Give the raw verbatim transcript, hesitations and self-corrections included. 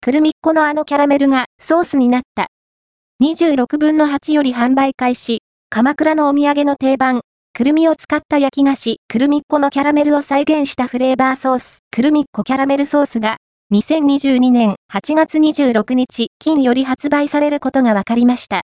くるみっこのあのキャラメルがソースになった。にじゅうろくぶんのはちより販売開始。鎌倉のお土産の定番、くるみを使った焼き菓子、くるみっこのキャラメルを再現したフレーバーソース、くるみっこキャラメルソースが、にせんにじゅうにねんはちがつにじゅうろくにち金より発売されることが分かりました。